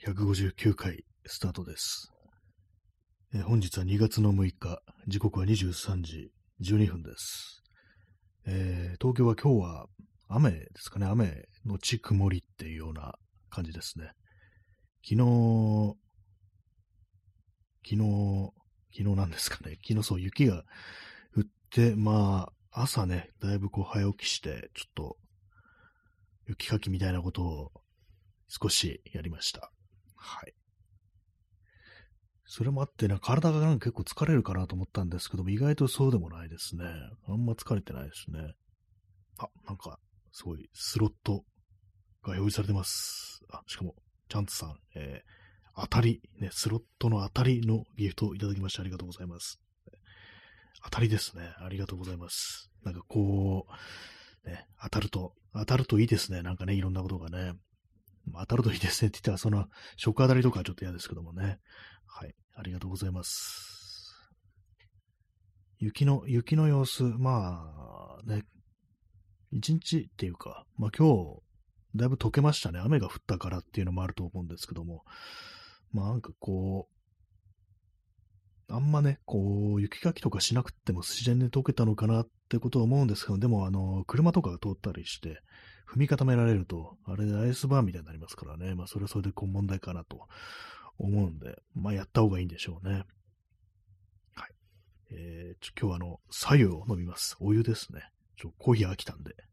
159回スタートです。本日は2月の6日、時刻は23時12分です。東京は今日は雨ですかね、雨のち曇りっていうような感じですね。昨日なんですかね、昨日そう雪が降って、朝ね、だいぶ早起きして、ちょっと雪かきみたいなことを少しやりました。はい。それもあって体が結構疲れるかなと思ったんですけども、意外とそうでもないですね。あんま疲れてないですね。すごい、スロットが表示されてます。しかも、チャンツさん、当たり、ね、スロットの当たりのギフトをいただきましてありがとうございます。当たりですね。ありがとうございます。当たるといいですね。いろんなことがね。当たるといいですねって言ったら、初夏当たりとかはちょっと嫌ですけどもね。はい。ありがとうございます。雪の様子、一日っていうか、今日、だいぶ溶けましたね。雨が降ったからっていうのもあると思うんですけども、あんまね、雪かきとかしなくても自然に溶けたのかなってことは思うんですけど、でも、車とかが通ったりして、踏み固められると、あれでアイスバーンみたいになりますからね。それはそれで問題かなと思うんで、やった方がいいんでしょうね。はい。今日は白湯を飲みます。お湯ですね。コーヒー飽きたんで。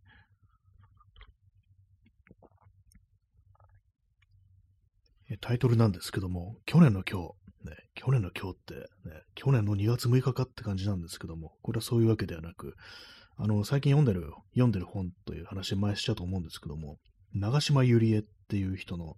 タイトルなんですけども、去年の今日、去年の今日って、去年の2月6日かって感じなんですけども、これはそういうわけではなく、最近読んでる本という話前しちゃうと思うんですけども、長島ゆりえっていう人の、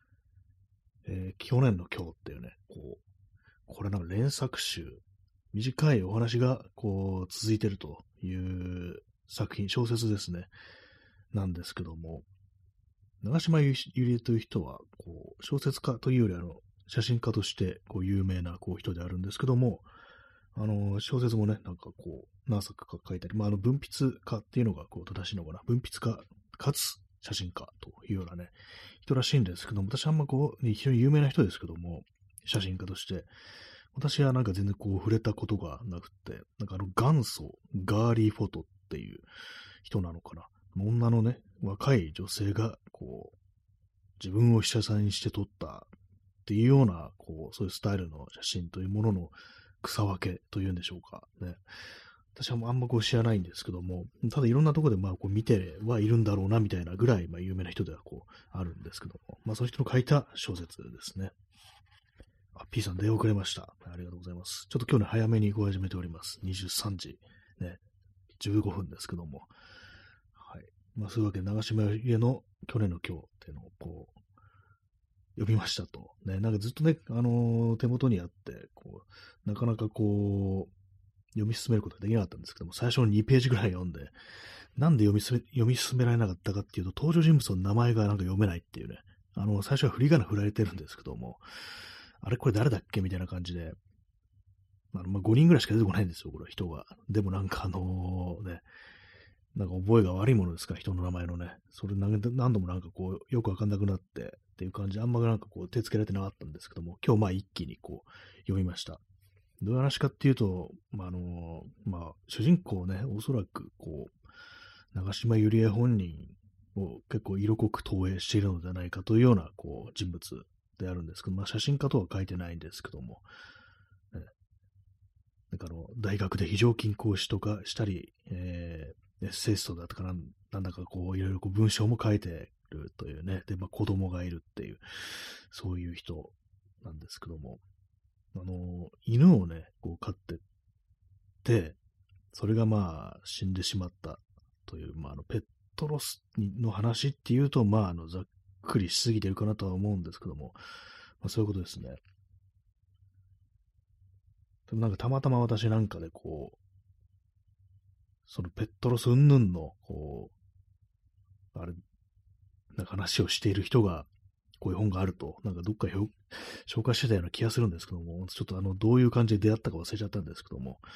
去年の今日っていうね、これ連作集、短いお話が続いてるという作品、小説ですね、なんですけども、長島ゆりえという人は、小説家というより写真家として有名な人であるんですけども、小説もね、何作か書いたり、文筆家っていうのが正しいのかな。文筆家かつ写真家というようなね、人らしいんですけども、私は非常に有名な人ですけども、写真家として、私は全然触れたことがなくて、元祖ガーリーフォトっていう人なのかな。女のね、若い女性が、自分を被写体にして撮ったっていうような、そういうスタイルの写真というものの草分けというんでしょうか。ね。私はあんま知らないんですけども、ただいろんなところで見てはいるんだろうなみたいなぐらい、有名な人ではあるんですけども、その人の書いた小説ですね。P さん出遅れました。ありがとうございます。ちょっと今日ね、早めに始めております。23時、ね、15分ですけども。はい。そういうわけで、長島ゆりえの去年の今日っていうのを読みましたと。ね、ずっとね、手元にあって、なかなか読み進めることができなかったんですけども、最初の2ページぐらい読んで、なんで読み進められなかったかっていうと、登場人物の名前が読めないっていうね、最初は振り仮名振られてるんですけども、あれこれ誰だっけみたいな感じで、5人ぐらいしか出てこないんですよ、これ人が。でも覚えが悪いものですから、人の名前のね。それ何度もよくわかんなくなってっていう感じで、あんま手つけられてなかったんですけども、今日一気に読みました。どういう話かっていうと、主人公ね、おそらく長島ゆりえ本人を結構色濃く投影しているのではないかというような人物であるんですけど、写真家とは書いてないんですけども、ね、大学で非常勤講師とかしたり、エッセイストだとかなんだかいろいろ文章も書いてるというね、で、子供がいるっていう、そういう人なんですけども、犬をね、飼ってて、それが死んでしまったという、ペットロスの話っていうと、ざっくりしすぎてるかなとは思うんですけども、そういうことですね。でもたまたま私なんかでそのペットロス云々の、話をしている人が、こういう本があると、どっか紹介してたような気がするんですけども、ちょっとどういう感じで出会ったか忘れちゃったんですけども、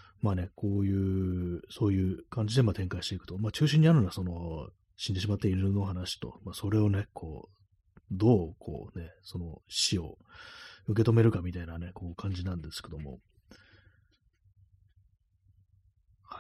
そういう感じで展開していくと、中心にあるのは死んでしまった犬の話と、それをね、 どう、こうね、その死を受け止めるかみたいなね、こう感じなんですけども、はい。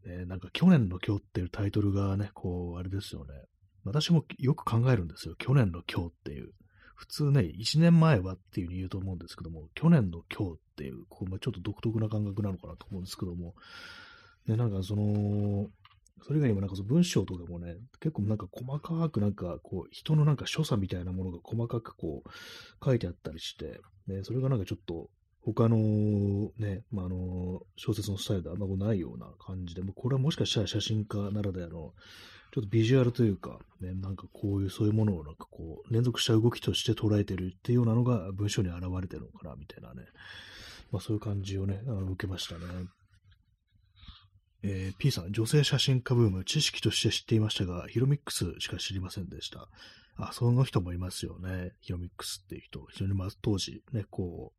なんか去年の今日っていうタイトルがね、こう、あれですよね。私もよく考えるんですよ。去年の今日っていう。普通ね、1年前はっていう風に言うと思うんですけども、去年の今日っていう、こうまあ、ちょっと独特な感覚なのかなと思うんですけども、ね、なんかその、それ以外にもなんかその文章とかもね、結構なんか細かくなんかこう、人のなんか所作みたいなものが細かくこう、書いてあったりして、ね、それがなんかちょっと、他のね、小説のスタイルであんまこないような感じで、もうこれはもしかしたら写真家ならではの、ちょっとビジュアルというか、ね、なんかこういう、そういうものをなんかこう、連続した動きとして捉えてるっていうようなのが文章に現れてるのかな、みたいなね。まあそういう感じをね、受けましたね。P さん、女性写真家ブーム、知識として知っていましたが、ヒロミックスしか知りませんでした。あ、その人もいますよね。ヒロミックスっていう人。非常にまあ当時ね、こう、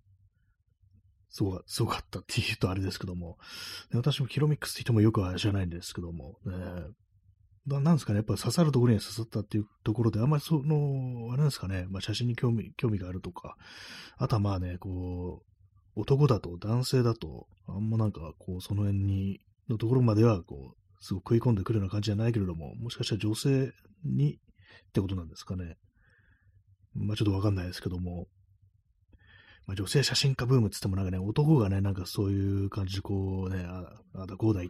すごかったっていうとあれですけども、私もヒロミックスって人もよくは知らないんですけども、なんですかね、やっぱ刺さるところには刺さったっていうところで、あんまりその、あれなんですかね、まあ、写真に興味があるとか、あとはまあね、こう、男だと、男性だと、あんまなんか、こう、その辺に、のところまでは、こう、すごく食い込んでくるような感じじゃないけれども、もしかしたら女性にってことなんですかね。まあちょっとわかんないですけども、まあ女性写真家ブームって言ってもなんかね、男がね、なんかそういう感じでこうね、あだこうだ言って、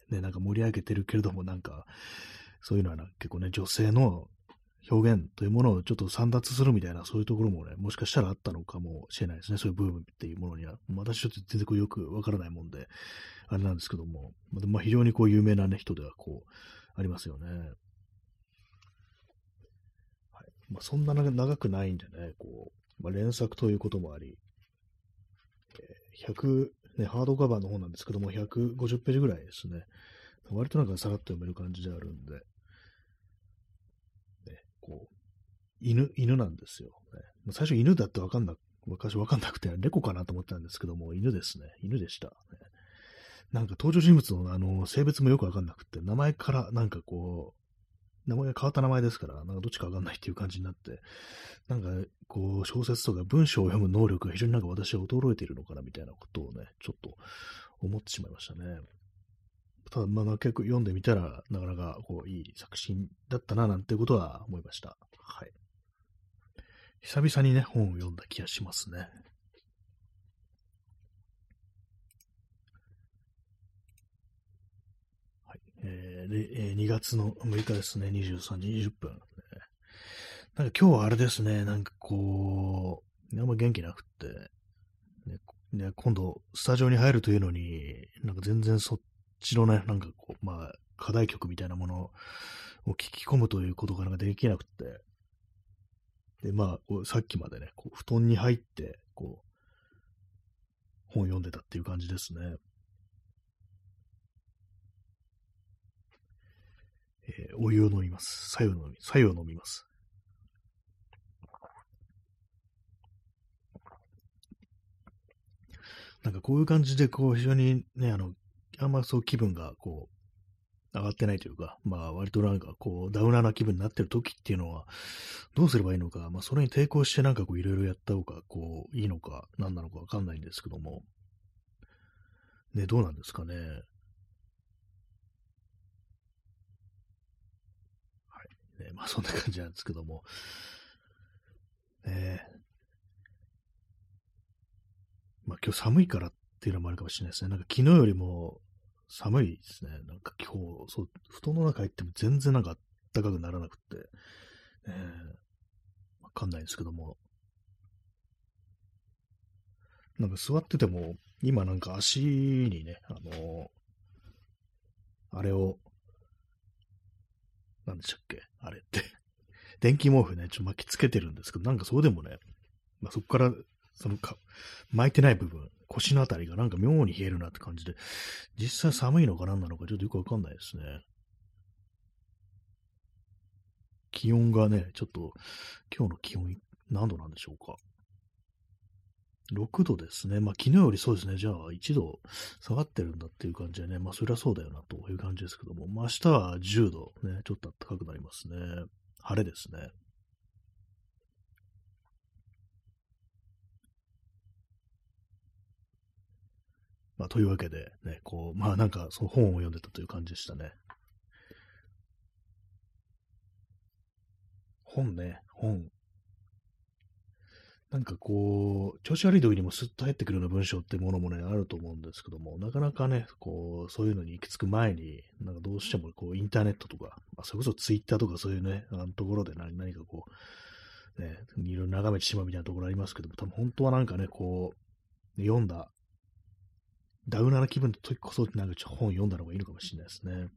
ね、なんか盛り上げてるけれども、なんか、そういうのはな結構ね、女性の表現というものをちょっと散奪するみたいな、そういうところもね、もしかしたらあったのかもしれないですね。そういうブームっていうものには。私ちょっと全然こうよくわからないもんで、あれなんですけども、まあ、非常にこう有名なね、人ではこう、ありますよね。はい。まあ、そんな長くないんでね、こう、まあ、連作ということもあり、100、ね、ハードカバーの方なんですけども、150ページぐらいですね。割となんかさらっと読める感じであるんで、ね、こう、犬なんですよ。ね、最初犬だって昔わかんなくて、猫かなと思ったんですけども、犬ですね。犬でした。ね、なんか登場人物の性別もよくわかんなくて、名前からなんかこう、名前が変わった名前ですから、なんかどっちかわかんないっていう感じになって、なんかこう、小説とか文章を読む能力が非常になんか私は衰えているのかなみたいなことをね、ちょっと思ってしまいましたね。ただ、結構読んでみたら、なかなかこう、いい作品だったな、なんてことは思いました。はい。久々にね、本を読んだ気がしますね。はい。2月の6日ですね、23時20分。なんか今日はあれですね、なんかこう、あんま元気なくって、今度スタジオに入るというのに、なんか全然そっちのね、なんかこう、課題曲みたいなものを聞き込むということがなんかできなくって、で、こうさっきまでね、こう布団に入って、こう、本を読んでたっていう感じですね。お湯を飲みます。白湯を飲みます。なんかこういう感じで、こう、非常にね、あんまそう気分が、こう、上がってないというか、割となんかこう、ダウナーな気分になってる時っていうのは、どうすればいいのか、それに抵抗してなんかこう、いろいろやった方が、こう、いいのか、何なのかわかんないんですけども、ね、どうなんですかね。はい。ね、そんな感じなんですけども、ね、今日寒いからっていうのもあるかもしれないですね。なんか昨日よりも寒いですね。なんか今日、そう、布団の中入っても全然なんか暖かくならなくて、わかんないですけども、なんか座ってても、今なんか足にね、あれを、なんでしたっけあれって。電気毛布ね、巻きつけてるんですけど、なんかそうでもね、そこから、巻いてない部分、腰のあたりがなんか妙に冷えるなって感じで、実際寒いのか何なのかちょっとよくわかんないですね。気温がね、ちょっと、今日の気温何度なんでしょうか。6度ですね。昨日よりそうですね。じゃあ1度下がってるんだっていう感じでね。そりゃそうだよなという感じですけども。明日は10度ね、ちょっと暖かくなりますね。晴れですね。 まあ、というわけで、ね、こう、まあなんかその本を読んでたという感じでしたね。本ね、本。なんかこう、調子悪い時にもスッと入ってくるような文章ってものもね、あると思うんですけども、なかなかね、こう、そういうのに行き着く前に、なんかどうしてもこう、インターネットとか、まあ、それこそツイッターとかそういうね、ところで何かこう、ね、いろいろ眺めてしまうみたいなところありますけども、多分本当はなんかね、こう、読んだ、ダウナーな気分の時こそ、なんかちょっと本読んだのがいいのかもしれないですね。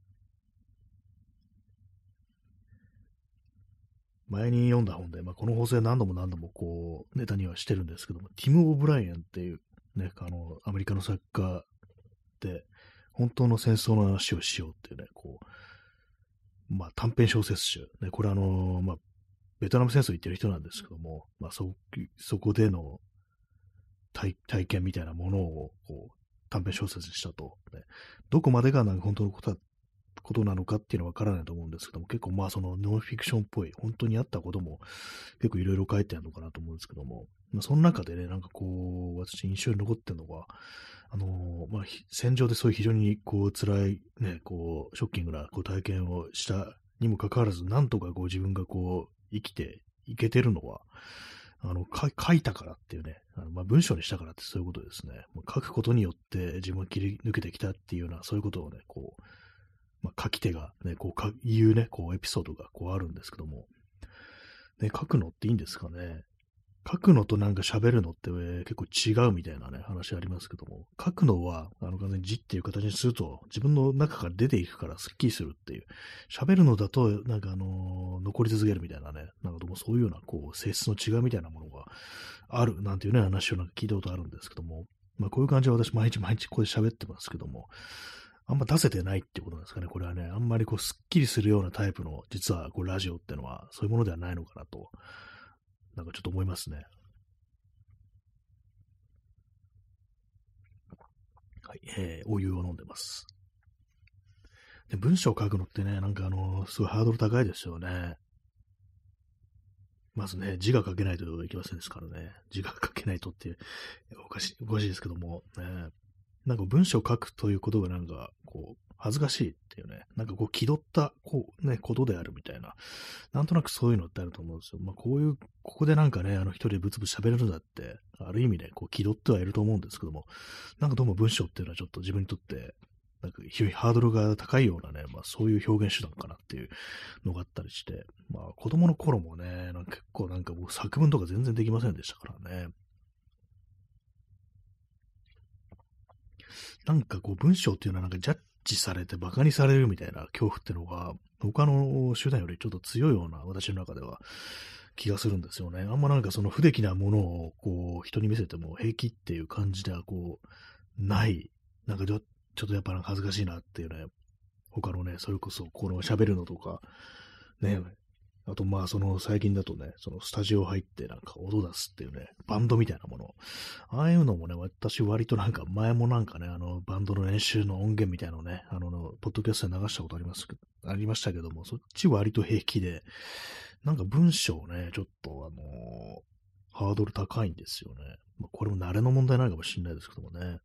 前に読んだ本で、まあ、この放送で何度も何度もこう、ネタにはしてるんですけども、ティム・オブライエンっていう、ね、アメリカの作家で、本当の戦争の話をしようっていうね、こう、まあ、短編小説集。ね、これまあ、ベトナム戦争行ってる人なんですけども、まあ、そこでの体験みたいなものを、こう、短編小説にしたと。ね、どこまでがなんか本当のことなのかっていうのはわからないと思うんですけども、結構まあそのノンフィクションっぽい、本当にあったことも結構いろいろ書いてあるのかなと思うんですけども、まあ、その中でね、なんかこう、私印象に残ってるのが、まあ、戦場でそういう非常にこう辛い、ね、こう、ショッキングなこう体験をしたにもかかわらず、なんとかこう自分がこう、生きていけてるのは、書いたからっていうね、まあ、文章にしたからってそういうことですね。書くことによって自分が切り抜けてきたっていうような、そういうことをね、こう、まあ、書き手がね、こう言うね、こうエピソードがこうあるんですけども、ね、書くのっていいんですかね。書くのとなんか喋るのって、結構違うみたいなね、話ありますけども、書くのは、完全に字っていう形にすると、自分の中から出ていくからスッキリするっていう。喋るのだと、なんか残り続けるみたいなね、なんかどうもそういうような、こう、性質の違いみたいなものがあるなんていうね、話をなんか聞いたことあるんですけども、まあこういう感じは私毎日毎日ここで喋ってますけども、あんま出せてないってことなんですかね。これはね、あんまりこう、スッキリするようなタイプの、実はこう、ラジオってのは、そういうものではないのかなと、なんかちょっと思いますね。はい、お湯を飲んでます。で、文章を書くのってね、なんかすごいハードル高いですよね。まずね、字が書けないといけませんですからね。字が書けないとっていう、おかしいですけども、ね、なんか文章を書くということがなんか、こう、恥ずかしいっていうね、なんかこう、気取った、こう、ね、ことであるみたいな、なんとなくそういうのってあると思うんですよ。まあ、ここでなんかね、一人でブツブツ喋れるんだって、ある意味で、こう、気取ってはいると思うんですけども、なんかどうも文章っていうのはちょっと自分にとって、なんか非常にハードルが高いようなね、まあそういう表現手段かなっていうのがあったりして、まあ子供の頃もね、なんか結構なんか僕作文とか全然できませんでしたからね。なんかこう文章っていうのはなんかジャッジされて馬鹿にされるみたいな恐怖っていうのが他の手段よりちょっと強いような私の中では気がするんですよね。あんまなんかその不出来なものをこう人に見せても平気っていう感じではこうない。なんかちょっとやっぱなんか恥ずかしいなっていうね。他のね、それこそこの喋るのとか、ね、あと、まあ、その、最近だとね、そのスタジオ入ってなんか音出すっていうね、バンドみたいなもの。ああいうのもね、私割となんか、前もなんかね、バンドの練習の音源みたいなのをね、ポッドキャストで流したことありましたけども、そっち割と平気で、なんか文章ね、ちょっとハードル高いんですよね。まあ、これも慣れの問題なのかもしれないですけどもね。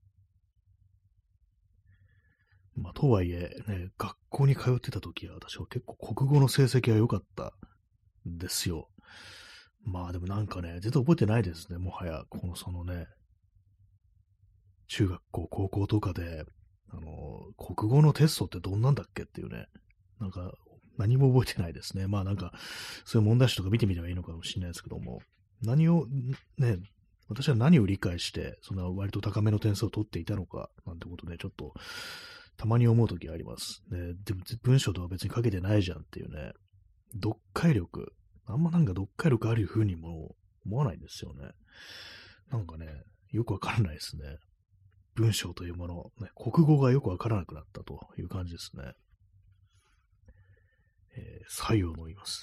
まあ、とはいえ、ね、学校に通ってた時は私は結構国語の成績が良かったんですよ。まあでもなんかね、全然覚えてないですね、もはや。そのね、中学校、高校とかで、国語のテストってどんなんだっけっていうね、なんか、何も覚えてないですね。まあなんか、そういう問題集とか見てみればいいのかもしれないですけども、ね、私は何を理解して、そんな割と高めの点数を取っていたのか、なんてことね、ちょっと、たまに思うときあります。ね、でも文章とか別に書けてないじゃんっていうね、読解力。あんまなんか読解力ある風にも思わないんですよね。なんかね、よくわからないですね。文章というもの、ね、国語がよくわからなくなったという感じですね。白湯を飲みます。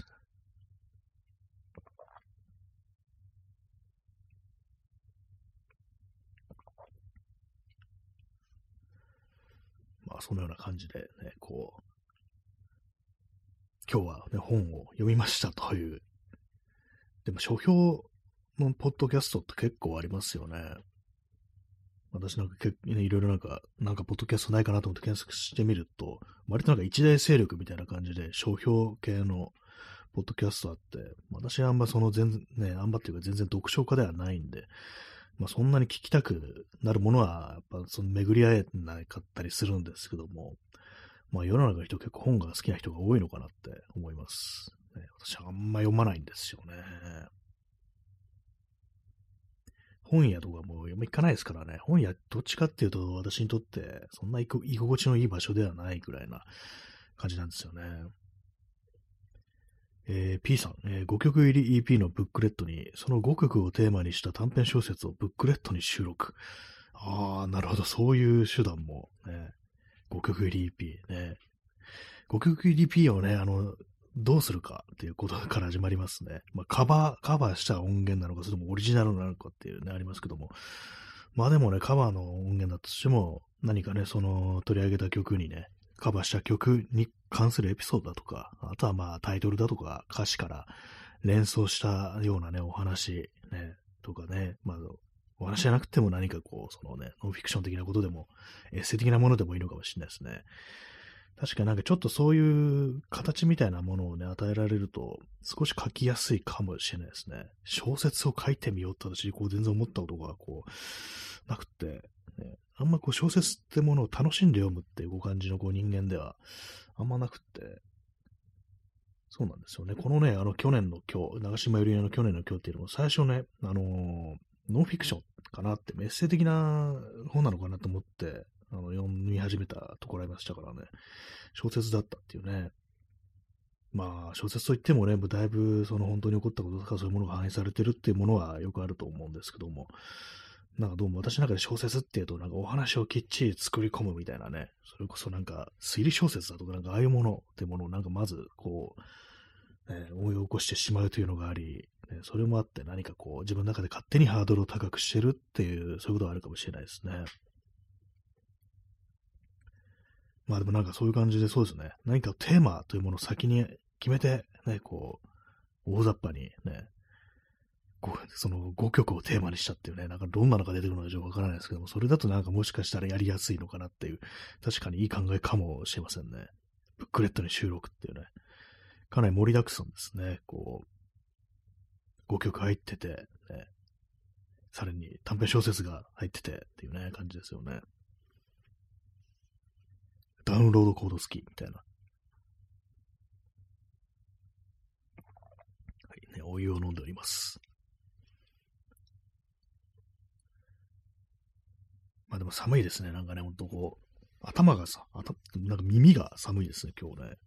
まあ、そのような感じでね、こう、今日はね、本を読みましたという。でも、書評のポッドキャストって結構ありますよね。 私なんかね、いろいろなんかポッドキャストないかなと思って検索してみると、割となんか一大勢力みたいな感じで、商標系のポッドキャストあって、私はあんまその全然、ね、あんまっていうか全然読書家ではないんで、まあそんなに聞きたくなるものは、やっぱその巡り合えなかったりするんですけども、まあ世の中の人結構本が好きな人が多いのかなって思います。ね、私はあんま読まないんですよね。本屋とかも行かないですからね。本屋、どっちかっていうと、私にとって、そんな居心地のいい場所ではないぐらいな感じなんですよね。P さん、5曲入り EP のブックレットに、その5曲をテーマにした短編小説をブックレットに収録。ああ、なるほど。そういう手段も、ね、5曲入り EP ね。5曲入り EP をね、どうするかっていうことから始まりますね。まあ、カバーした音源なのか、それともオリジナルなのかっていうね、ありますけども。まあでもね、カバーの音源だとしても、何かね、その取り上げた曲にね、カバーした曲に関するエピソードだとか、あとはまあタイトルだとか歌詞から連想したようなね、お話、ね、とかね、まあ、お話じゃなくても何かこう、そのね、ノンフィクション的なことでも、エッセイ的なものでもいいのかもしれないですね。確かになんかちょっとそういう形みたいなものをね、与えられると、少し書きやすいかもしれないですね。小説を書いてみようって私、こう全然思ったことがこう、なくて、ね、あんまこう小説ってものを楽しんで読むっていう感じのこう人間ではあんまなくて、そうなんですよね。このね、去年の今日、長島ゆりえの去年の今日っていうのも最初ね、ノンフィクションかなって、メッセージ的な本なのかなと思って、読み始めたところありましたからね。小説だったっていうね。まあ、小説といってもね、だいぶその本当に起こったこととかそういうものが反映されてるっていうものはよくあると思うんですけども、なんかどうも私の中で小説っていうと、なんかお話をきっちり作り込むみたいなね、それこそなんか推理小説だとかなんかああいうものってものをなんかまずこう、思い起こしてしまうというのがあり、ね、それもあって何かこう自分の中で勝手にハードルを高くしてるっていう、そういうことがあるかもしれないですね。まあでもなんかそういう感じでそうですね。何かテーマというものを先に決めて、ね、こう、大雑把にね、その5曲をテーマにしたっていうね、なんかどんなのが出てくるのかわからないですけども、それだとなんかもしかしたらやりやすいのかなっていう、確かにいい考えかもしれませんね。ブックレットに収録っていうね、かなり盛りだくさんですね。こう、5曲入ってて、ね、さらに短編小説が入っててっていうね、感じですよね。ダウンロードコード好きみたいな。はいね、お湯を飲んでおります。まあでも寒いですね。なんかね、ほんとこう、頭がさ、なんか耳が寒いですね、今日ね。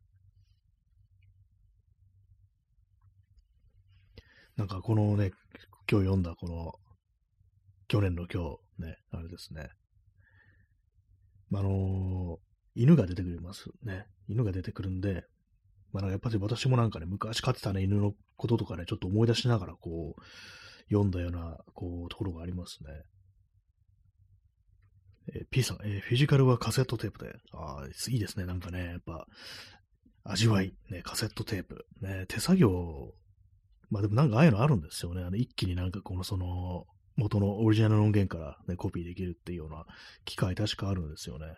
なんかこのね、今日読んだこの、去年の今日ね、あれですね。犬が出てくりますね。犬が出てくるんで、まあ、なんかやっぱり私もなんかね、昔飼ってたね、犬のこととかね、ちょっと思い出しながらこう、読んだような、こう、ところがありますね。P さん、フィジカルはカセットテープで。ああ、いいですね。なんかね、やっぱ、味わい、ね、カセットテープ。ね、手作業、まあでもなんかああいうのあるんですよね。一気になんかこのその、元のオリジナルの音源から、ね、コピーできるっていうような機械確かあるんですよね。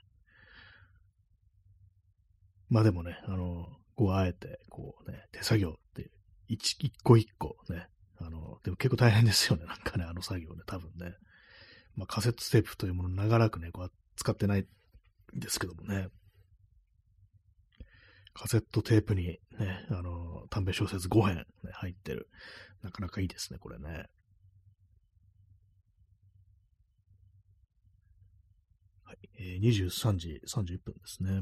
まあでもね、こうあえて、こうね、手作業って一個一個ね、でも結構大変ですよね。なんかね、あの作業ね、多分ね。まあカセットテープというものを長らくね、こう使ってないんですけどもね。カセットテープにね、短編小説5編、ね、入ってる。なかなかいいですね、これね。はい。23時31分ですね。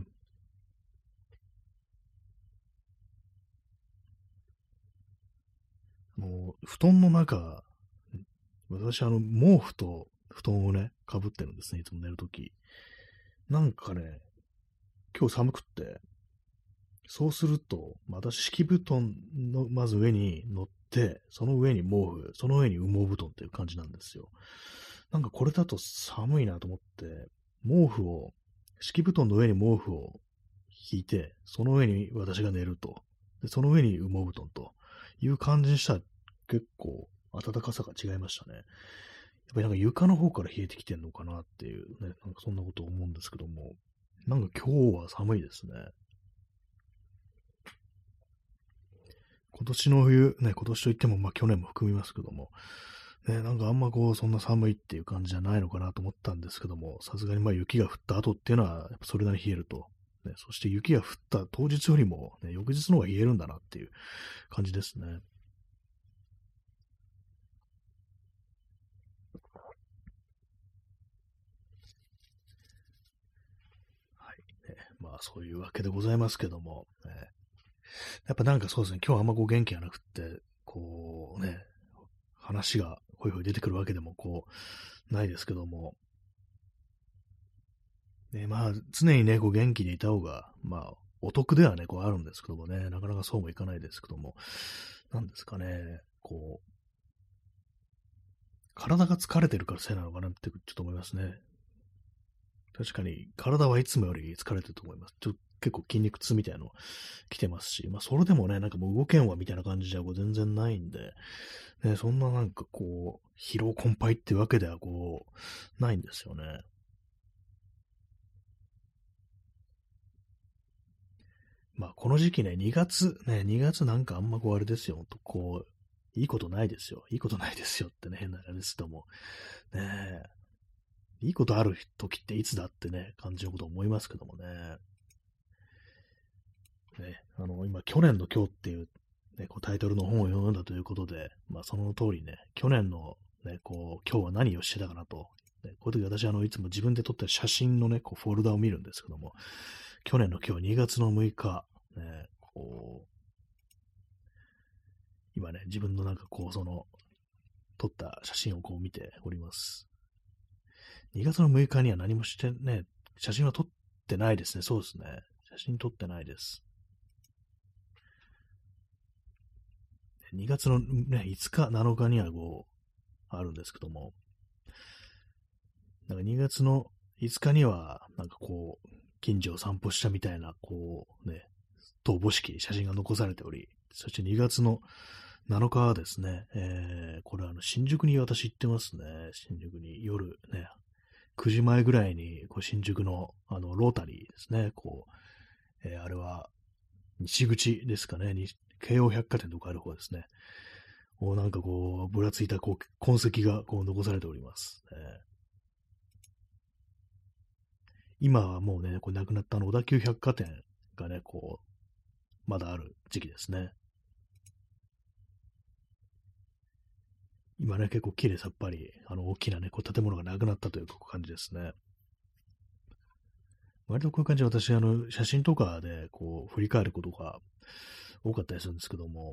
もう、布団の中、私、毛布と布団をね、被ってるんですね、いつも寝るとき。なんかね、今日寒くって、そうすると、私、敷布団のまず上に乗って、その上に毛布、その上に羽毛布団っていう感じなんですよ。なんかこれだと寒いなと思って、毛布を、敷布団の上に毛布を引いて、その上に私が寝ると。で、その上に羽毛布団という感じにしたら結構暖かさが違いましたね。 ぱりなんか床の方から冷えてきてんのかなっていうね、なんかそんなことを思うんですけども、なんか今日は寒いですね。今年の冬、ね、今年といっても、まあ去年も含みますけども、ね、なんかあんまこう、そんな寒いっていう感じじゃないのかなと思ったんですけども、さすがにまあ雪が降った後っていうのは、やっぱそれなりに冷えると。ね、そして雪が降った当日よりも、ね、翌日の方が冷えるんだなっていう感じですね。はい。ね、まあそういうわけでございますけども、ね、やっぱなんかそうですね、今日あんまこう元気がなくって、こうね、話がほいほい出てくるわけでもこう、ないですけども、ね、まあ常にね、こう元気でいた方が、まあお得ではね、こうあるんですけどもね、なかなかそうもいかないですけども、なんですかね、こう、体が疲れてるからせいなのかなってちょっと思いますね。確かに体はいつもより疲れてると思います。結構筋肉痛みたいなの来てますし、まあそれでもね、なんかもう動けんわみたいな感じじゃこう全然ないんで、ね、そんななんかこう、疲労困憊ってわけではこう、ないんですよね。まあこの時期ね、2月なんかあんまこうあれですよ、こう、いいことないですよ。いいことないですよってね、変なあれですけども。ねいいことある時っていつだってね、感じのこと思いますけどもね。ね、今、去年の今日っていう、ね、こうタイトルの本を読んだということで、まあ、その通りね、去年のね、こう、今日は何をしてたかなと。ね、こういう時私、いつも自分で撮った写真のね、こう、フォルダを見るんですけども、去年の今日2月の6日、ね、こう、今ね、自分のなんかこう、撮った写真をこう見ております。2月の6日には何もしてね、写真は撮ってないですね。そうですね。写真撮ってないです。2月の、ね、5日、7日にはこう、あるんですけども、なんか2月の5日には、なんかこう、近所を散歩したみたいな、こうね、逃亡式、写真が残されており、そして2月の7日はですね、これ新宿に私行ってますね。新宿に夜ね、9時前ぐらいに、こう新宿の、ロータリーですね、こう、あれは、西口ですかね、京王百貨店とかある方ですね。なんかこう、ぶらついたこう痕跡がこう残されております。今はもうね、これ亡くなった小田急百貨店がね、こう、まだある時期ですね。今ね、結構綺麗さっぱり、大きなね、こう建物がなくなったという感じですね。割とこういう感じで私、写真とかで、こう、振り返ることが多かったりするんですけども、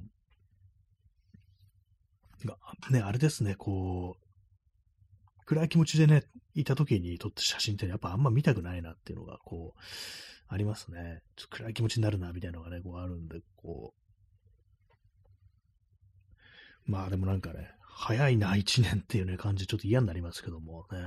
ね、あれですね、こう、暗い気持ちでね、いた時に撮った写真ってやっぱあんま見たくないなっていうのが、こう、ありますね。ちょっと暗い気持ちになるな、みたいなのがね、こうあるんで、こう、まあでもなんかね、早いな、一年っていうね、感じ、ちょっと嫌になりますけどもね。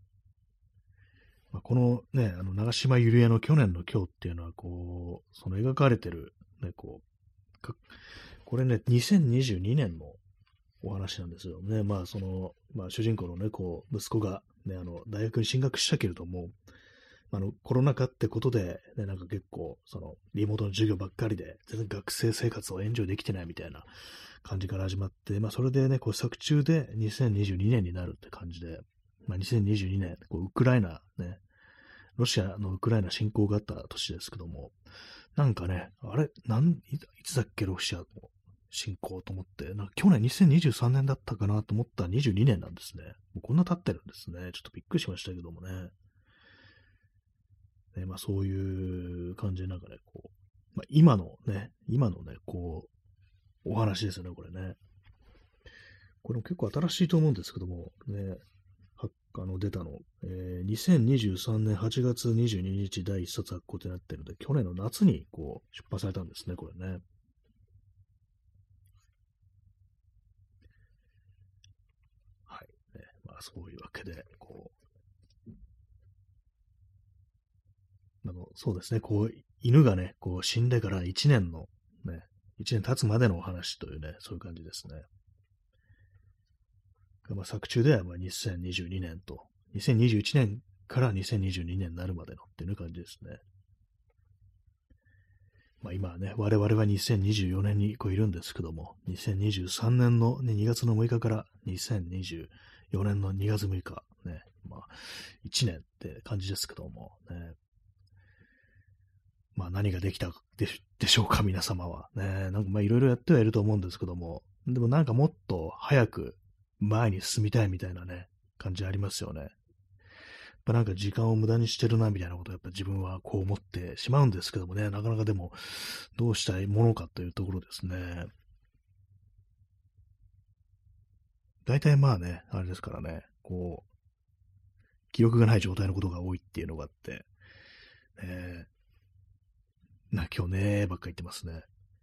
まあ、このね、長島ゆりえの去年の今日っていうのは、こう、その描かれてる、ね、これね、2022年のお話なんですよね。まあ、まあ、主人公のね、こう、息子が、ね、大学に進学したけれども、コロナ禍ってことで、ね、なんか結構、リモートの授業ばっかりで、全然学生生活をエンジョイできてないみたいな感じから始まって、まあ、それでね、こう、作中で2022年になるって感じで、まあ、2022年、こう、ウクライナね、ロシアのウクライナ侵攻があった年ですけども、なんかね、あれ、いつだっけ、ロシアの侵攻と思って、なんか去年2023年だったかなと思ったら22年なんですね。もうこんな経ってるんですね。ちょっとびっくりしましたけどもね。まあそういう感じでなんかね、こう、まあ今のね、こう、お話ですよね、これね。これも結構新しいと思うんですけども、ね、出たの、2023年8月22日第1冊発行ってなってるので、去年の夏にこう出版されたんですね、これね。はい。ね、まあそういうわけで、こう、そうですね、こう、犬がね、こう死んでから1年の、ね、1年経つまでのお話というね、そういう感じですね。 まあ、作中ではまあ2022年と、2021年から2022年になるまでのっていう感じですね。まあ今はね、我々は2024年にこういるんですけども、2023年の、ね、2月の6日から2024年の2月6日、ね、まあ1年って感じですけども、ね、まあ何ができたでしょうか、皆様は。ね、なんかまあいろいろやってはいると思うんですけども、でもなんかもっと早く前に進みたいみたいなね、感じありますよね。なんか時間を無駄にしてるな、みたいなことをやっぱ自分はこう思ってしまうんですけどもね、なかなかでもどうしたいものかというところですね。大体まあね、あれですからね、こう、記憶がない状態のことが多いっていうのがあって、今日ね、ばっか言ってますね。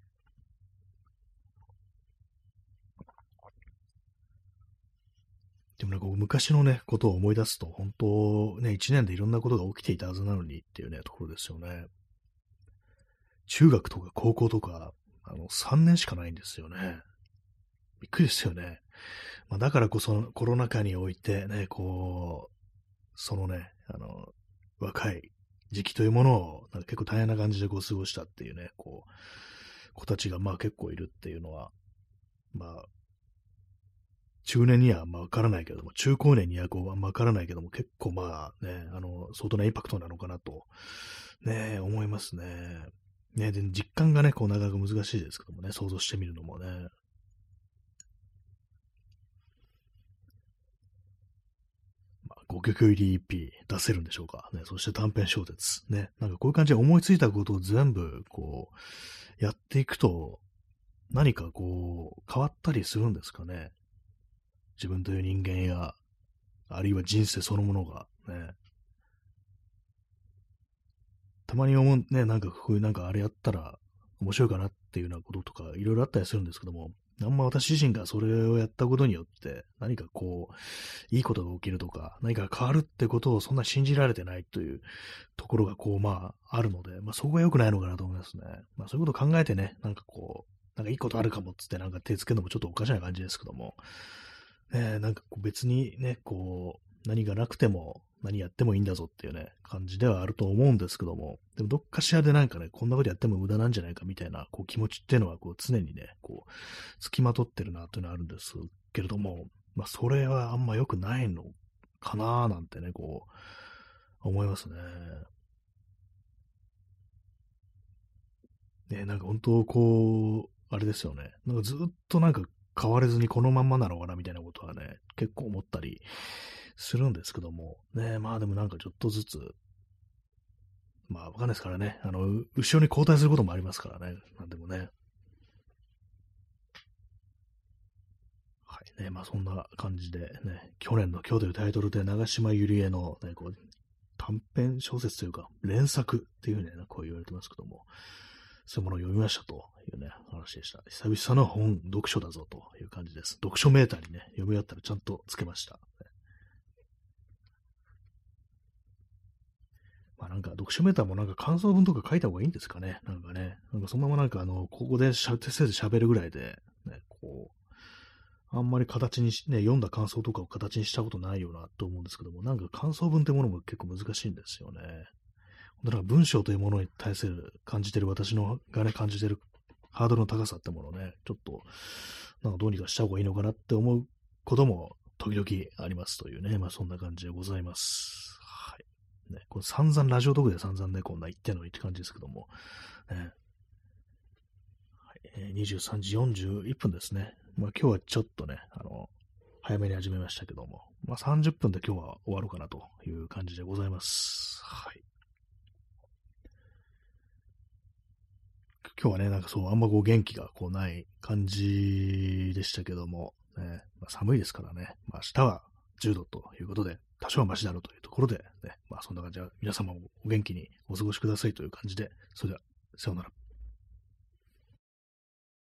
でもなんか昔のね、ことを思い出すと、本当ね、一年でいろんなことが起きていたはずなのにっていうね、ところですよね。中学とか高校とか、3年しかないんですよね。びっくりですよね。まあ、だからこそコロナ禍においてね、こう、そのね、若い時期というものを、なんか結構大変な感じでこう過ごしたっていうね、こう、子たちがまあ結構いるっていうのは、まあ、中年にはまあわからないけども、中高年にはこうわからないけども、結構まあね、相当なインパクトなのかなと、ね、思いますね。ね、で、実感がね、こうなかなか難しいですけどもね、想像してみるのもね。5曲入り EP 出せるんでしょうかね。そして短編小説。ね。なんかこういう感じで思いついたことを全部、こう、やっていくと、何かこう、変わったりするんですかね。自分という人間や、あるいは人生そのものが、ね。たまに思う、ね、なんかこういうなんかあれやったら面白いかなっていうようなこととか、いろいろあったりするんですけども、あんま私自身がそれをやったことによって、何かこう、いいことが起きるとか、何か変わるってことをそんな信じられてないというところがこう、まあ、あるので、まあそこが良くないのかなと思いますね。まあそういうことを考えてね、なんかこう、なんかいいことあるかもっつってなんか手つけるのもちょっとおかしな感じですけども、なんかこう別にね、こう、何がなくても何やってもいいんだぞっていうね、感じではあると思うんですけども、でもどっかしらでなんかね、こんなことやっても無駄なんじゃないかみたいな、こう気持ちっていうのはこう常にね、こう、付きまとってるなというのはあるんですけれども、まあそれはあんま良くないのかなーなんてね、こう、思いますね。ね、なんか本当こう、あれですよね。なんかずっとなんか変われずにこのまんまなのかなみたいなことはね、結構思ったりするんですけども、ね、まあでもなんかちょっとずつ、まあわかんないですからね、後ろに交代することもありますからね、なんでもね。はいね、まあそんな感じでね、去年の今日というタイトルで長島ゆりえのね、こう短編小説というか、連作っていうね、こう言われてますけども、そういうものを読みましたというね、話でした。久々の読書だぞという感じです。読書メーターにね、読み終わったらちゃんとつけました。まあなんか読書メーターもなんか感想文とか書いた方がいいんですかね。なんかね、なんかそのままなんかここで手製で喋るぐらいで、ね、こう、あんまり形にし、ね、読んだ感想とかを形にしたことないよなと思うんですけども、なんか感想文ってものも結構難しいんですよね。だから文章というものに対する感じてる私のがね、感じてるハードルの高さってものをね、ちょっと、なんかどうにかした方がいいのかなって思うことも時々ありますというね、まあそんな感じでございます。はい。ね、これ散々ラジオトークで散々ね、こんな言ってんのにって感じですけども、ね、はい23時41分ですね。まあ今日はちょっとね、早めに始めましたけども、まあ30分で今日は終わろうかなという感じでございます。はい。今日はね、なんかそう、あんまこう元気がこうない感じでしたけども、ね、まあ、寒いですからね、まあ、明日は10度ということで、多少はマシだろうというところで、ね、まあそんな感じで皆様もお元気にお過ごしくださいという感じで、それでは、さようなら。